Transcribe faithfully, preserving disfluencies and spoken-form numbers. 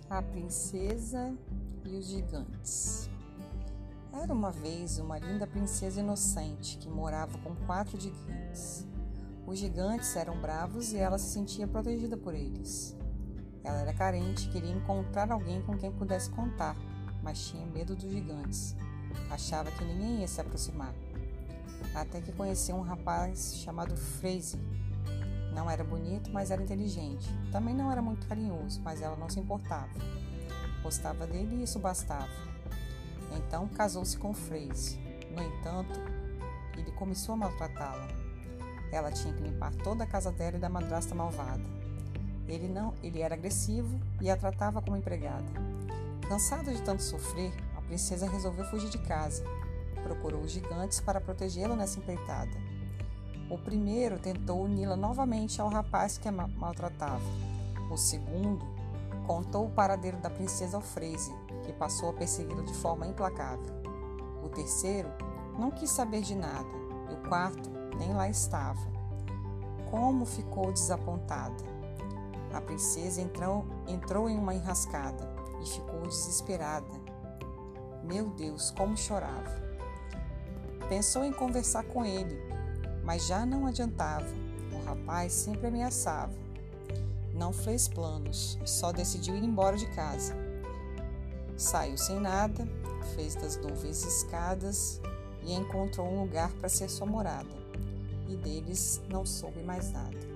A Princesa e os Gigantes. Era uma vez uma linda princesa inocente que morava com quatro gigantes. Os gigantes eram bravos e ela se sentia protegida por eles. Ela era carente e queria encontrar alguém com quem pudesse contar, mas tinha medo dos gigantes. Achava que ninguém ia se aproximar. Até que conheceu um rapaz chamado Freise. Não era bonito, mas era inteligente. Também não era muito carinhoso, mas ela não se importava. Gostava dele e isso bastava. Então casou-se com Freise. No entanto, ele começou a maltratá-la. Ela tinha que limpar toda a casa dela e da madrasta malvada. Ele não, ele era agressivo e a tratava como empregada. Cansada de tanto sofrer, a princesa resolveu fugir de casa. Procurou os gigantes para protegê-la nessa empreitada. O primeiro tentou uni-la novamente ao rapaz que a maltratava. O segundo contou o paradeiro da princesa ao Freise, que passou a persegui-la de forma implacável. O terceiro não quis saber de nada, e o quarto nem lá estava. Como ficou desapontada! A princesa entrou, entrou em uma enrascada e ficou desesperada. Meu Deus, como chorava! Pensou em conversar com ele, mas já não adiantava. O rapaz sempre ameaçava. Não fez planos, só decidiu ir embora de casa. Saiu sem nada, fez das nuvens escadas e encontrou um lugar para ser sua morada. E deles não soube mais nada.